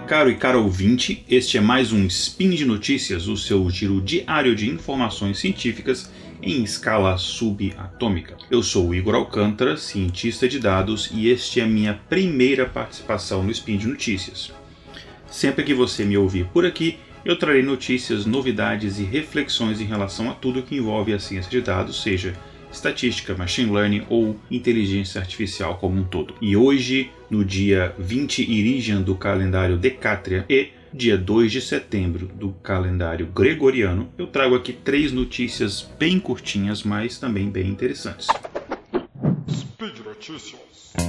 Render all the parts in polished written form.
Caro e cara ouvinte, este é mais um Spin de Notícias, o seu giro diário de informações científicas em escala subatômica. Eu sou o Igor Alcântara, cientista de dados, e este é a minha primeira participação no Spin de Notícias. Sempre que você me ouvir por aqui, eu trarei notícias, novidades e reflexões em relação a tudo que envolve a ciência de dados, seja estatística, machine learning ou inteligência artificial como um todo. E hoje, no dia 20 Iridian do calendário Decátria e dia 2 de setembro do calendário Gregoriano, eu trago aqui 3 notícias bem curtinhas, mas também bem interessantes. Speed Notícias.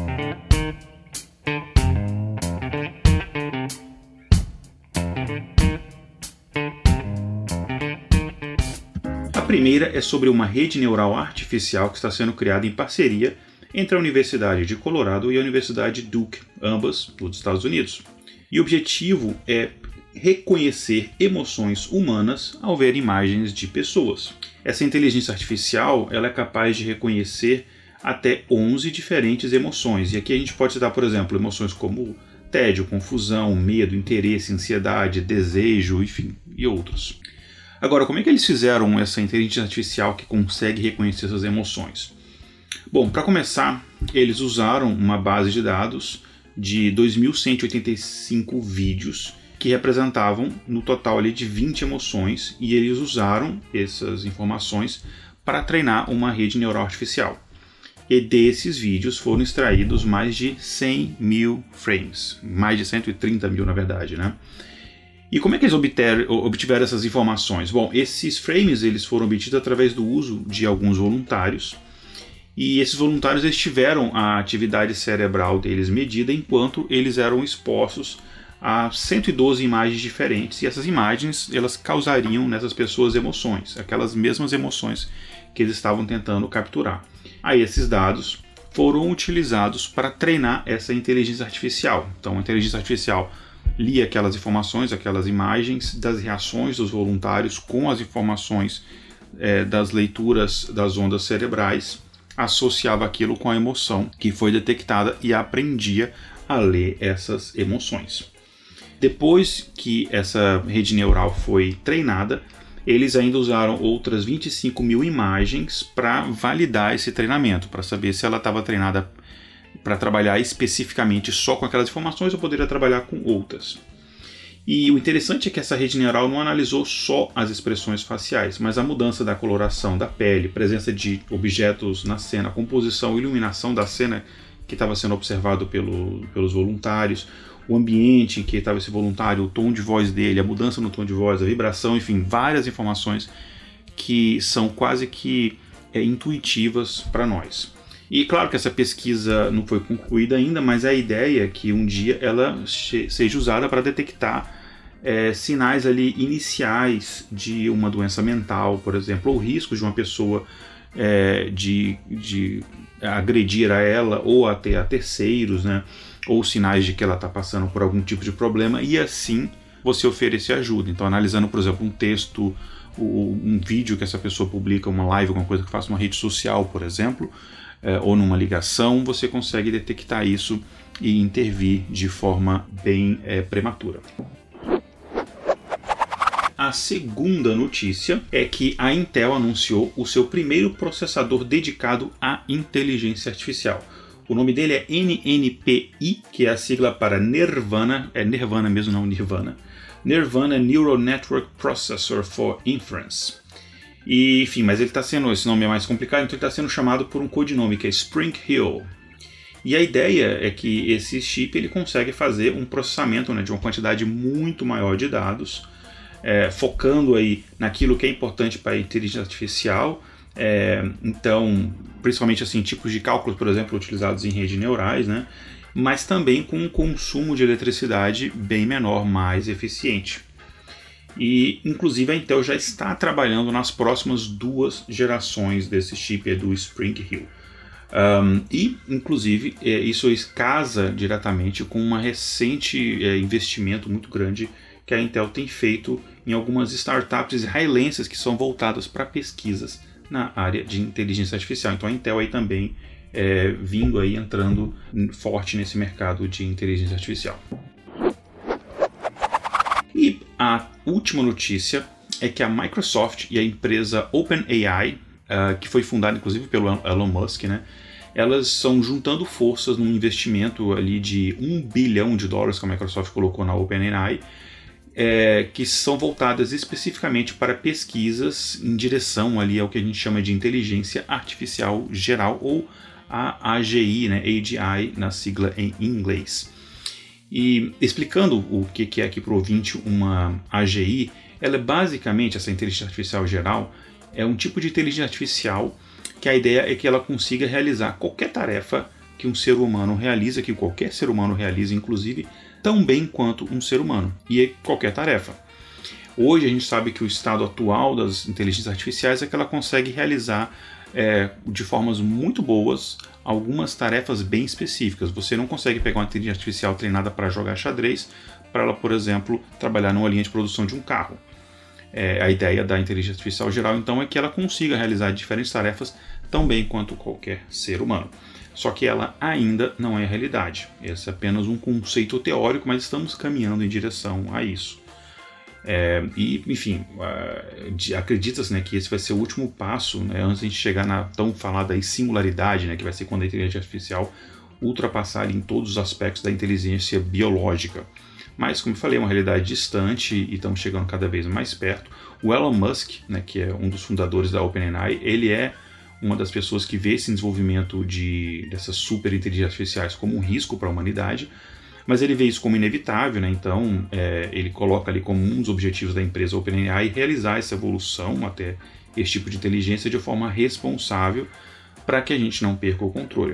A primeira é sobre uma rede neural artificial que está sendo criada em parceria entre a Universidade de Colorado e a Universidade Duke, ambas dos Estados Unidos. E o objetivo é reconhecer emoções humanas ao ver imagens de pessoas. Essa inteligência artificial ela é capaz de reconhecer até 11 diferentes emoções. E aqui a gente pode citar, por exemplo, emoções como tédio, confusão, medo, interesse, ansiedade, desejo, enfim, e outros. Agora, como é que eles fizeram essa inteligência artificial que consegue reconhecer essas emoções? Bom, para começar, eles usaram uma base de dados de 2.185 vídeos que representavam no total ali de 20 emoções, e eles usaram essas informações para treinar uma rede neural artificial. E desses vídeos foram extraídos mais de 100 mil frames, mais de 130 mil na verdade, né? E como é que eles obtiveram essas informações? Bom, esses frames eles foram obtidos através do uso de alguns voluntários, e esses voluntários eles tiveram a atividade cerebral deles medida enquanto eles eram expostos a 112 imagens diferentes, e essas imagens elas causariam nessas pessoas emoções, aquelas mesmas emoções que eles estavam tentando capturar. Aí esses dados foram utilizados para treinar essa inteligência artificial. Então a inteligência artificial lia aquelas informações, aquelas imagens das reações dos voluntários com as informações das leituras das ondas cerebrais, associava aquilo com a emoção que foi detectada e aprendia a ler essas emoções. Depois que essa rede neural foi treinada, eles ainda usaram outras 25 mil imagens para validar esse treinamento, para saber se ela estava treinada para trabalhar especificamente só com aquelas informações ou poderia trabalhar com outras. E o interessante é que essa rede neural não analisou só as expressões faciais, mas a mudança da coloração da pele, presença de objetos na cena, composição e iluminação da cena que estava sendo observado pelos voluntários, o ambiente em que estava esse voluntário, o tom de voz dele, a mudança no tom de voz, a vibração, enfim, várias informações que são quase que intuitivas para nós. E claro que essa pesquisa não foi concluída ainda, mas a ideia é que um dia ela seja usada para detectar sinais ali iniciais de uma doença mental, por exemplo, ou riscos de uma pessoa de agredir a ela ou até a terceiros, né? Ou sinais de que ela está passando por algum tipo de problema, e assim você oferecer ajuda. Então, analisando, por exemplo, um texto, um vídeo que essa pessoa publica, uma live, alguma coisa que faça uma rede social, por exemplo, ou numa ligação, você consegue detectar isso e intervir de forma bem prematura. A segunda notícia é que a Intel anunciou o seu primeiro processador dedicado à inteligência artificial. O nome dele é NNPI, que é a sigla para Nervana, é Nervana mesmo, não Nirvana, Nervana Neural Network Processor for Inference. E, enfim, mas ele está sendo, esse nome é mais complicado, então ele está sendo chamado por um codinome que é Spring Hill. E a ideia é que esse chip ele consegue fazer um processamento, né, de uma quantidade muito maior de dados, focando aí naquilo que é importante para a inteligência artificial. Então, principalmente assim, tipos de cálculos, por exemplo, utilizados em redes neurais, né? Mas também com um consumo de eletricidade bem menor, mais eficiente. E, inclusive, a Intel já está trabalhando nas próximas 2 gerações desse chip do Spring Hill. E, inclusive, isso casa diretamente com uma recente investimento muito grande que a Intel tem feito em algumas startups israelenses que são voltadas para pesquisas na área de inteligência artificial. Então a Intel aí também entrando forte nesse mercado de inteligência artificial. a última notícia é que a Microsoft e a empresa OpenAI, que foi fundada inclusive pelo Elon Musk, né, elas estão juntando forças num investimento ali de $1 bilhão que a Microsoft colocou na OpenAI, que são voltadas especificamente para pesquisas em direção ali ao que a gente chama de inteligência artificial geral, ou a AGI, né, AGI na sigla em inglês. E explicando o que é aqui para o ouvinte uma AGI, ela é basicamente, essa inteligência artificial geral, é um tipo de inteligência artificial que a ideia é que ela consiga realizar qualquer tarefa que um ser humano realiza, que qualquer ser humano realiza, inclusive, tão bem quanto um ser humano, e qualquer tarefa. Hoje a gente sabe que o estado atual das inteligências artificiais é que ela consegue realizar de formas muito boas algumas tarefas bem específicas. Você não consegue pegar uma inteligência artificial treinada para jogar xadrez para ela, por exemplo, trabalhar numa linha de produção de um carro. A ideia da inteligência artificial geral, então, é que ela consiga realizar diferentes tarefas tão bem quanto qualquer ser humano. Só que ela ainda não é a realidade. Esse é apenas um conceito teórico, mas estamos caminhando em direção a isso. Enfim, acredita-se, né, que esse vai ser o último passo, né, antes de a gente chegar na tão falada singularidade, né, que vai ser quando a inteligência artificial ultrapassar em todos os aspectos da inteligência biológica. Mas, como eu falei, é uma realidade distante e estamos chegando cada vez mais perto. O Elon Musk, né, que é um dos fundadores da OpenAI, ele é uma das pessoas que vê esse desenvolvimento dessas super inteligências artificiais como um risco para a humanidade, mas ele vê isso como inevitável, né? Então ele coloca ali como um dos objetivos da empresa OpenAI realizar essa evolução até esse tipo de inteligência de forma responsável para que a gente não perca o controle.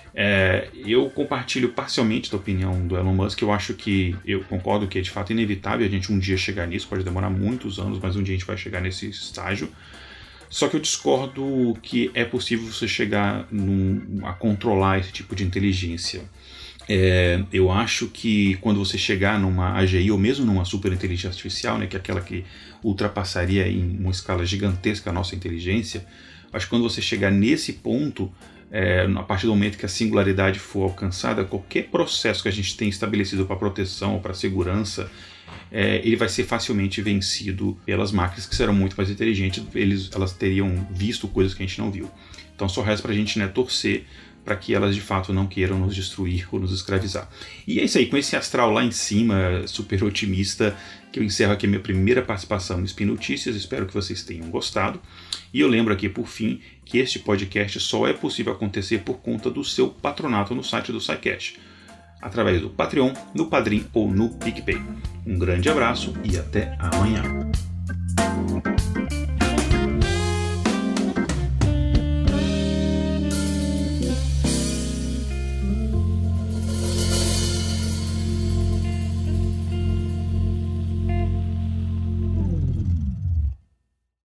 Eu compartilho parcialmente da opinião do Elon Musk. Eu concordo que é de fato inevitável a gente um dia chegar nisso, pode demorar muitos anos, mas um dia a gente vai chegar nesse estágio. Só que eu discordo que é possível você chegar a controlar esse tipo de inteligência. Eu acho que quando você chegar numa AGI ou mesmo numa superinteligência artificial, né, que é aquela que ultrapassaria em uma escala gigantesca a nossa inteligência, acho que quando você chegar nesse ponto, a partir do momento que a singularidade for alcançada, qualquer processo que a gente tem estabelecido para proteção ou para segurança, ele vai ser facilmente vencido pelas máquinas, que serão muito mais inteligentes. Elas teriam visto coisas que a gente não viu. Então só resta para a gente, né, torcer para que elas de fato não queiram nos destruir ou nos escravizar. E é isso aí, com esse astral lá em cima, super otimista, que eu encerro aqui a minha primeira participação no Spin Notícias. Espero que vocês tenham gostado. E eu lembro aqui, por fim, que este podcast só é possível acontecer por conta do seu patronato no site do SciCast, através do Patreon, no Padrim ou no PicPay. Um grande abraço e até amanhã.